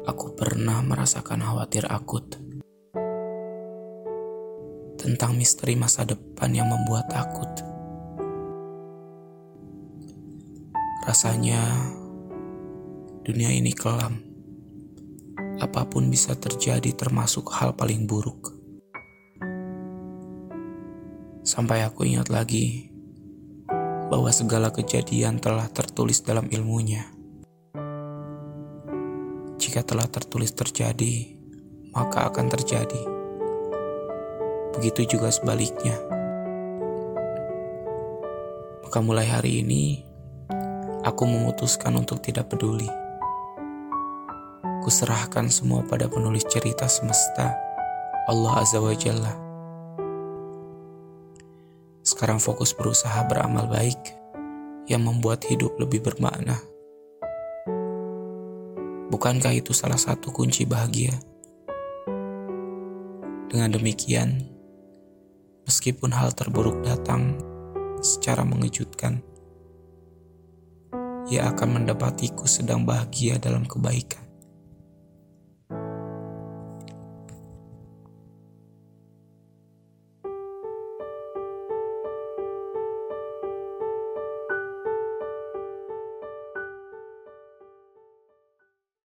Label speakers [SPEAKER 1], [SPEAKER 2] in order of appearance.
[SPEAKER 1] Aku pernah merasakan khawatir akut tentang misteri masa depan yang membuat takut. Rasanya dunia ini kelam. Apapun bisa terjadi, termasuk hal paling buruk. Sampai aku ingat lagi bahwa segala kejadian telah tertulis dalam ilmunya. Jika telah tertulis terjadi, maka akan terjadi. Begitu juga sebaliknya. Maka mulai hari ini, aku memutuskan untuk tidak peduli. Kuserahkan semua pada penulis cerita semesta, Allah Azza wa Jalla. Sekarang fokus berusaha beramal baik yang membuat hidup lebih bermakna. Bukankah itu salah satu kunci bahagia? Dengan demikian, meskipun hal terburuk datang secara mengejutkan, ia akan mendapatiku sedang bahagia dalam kebaikan.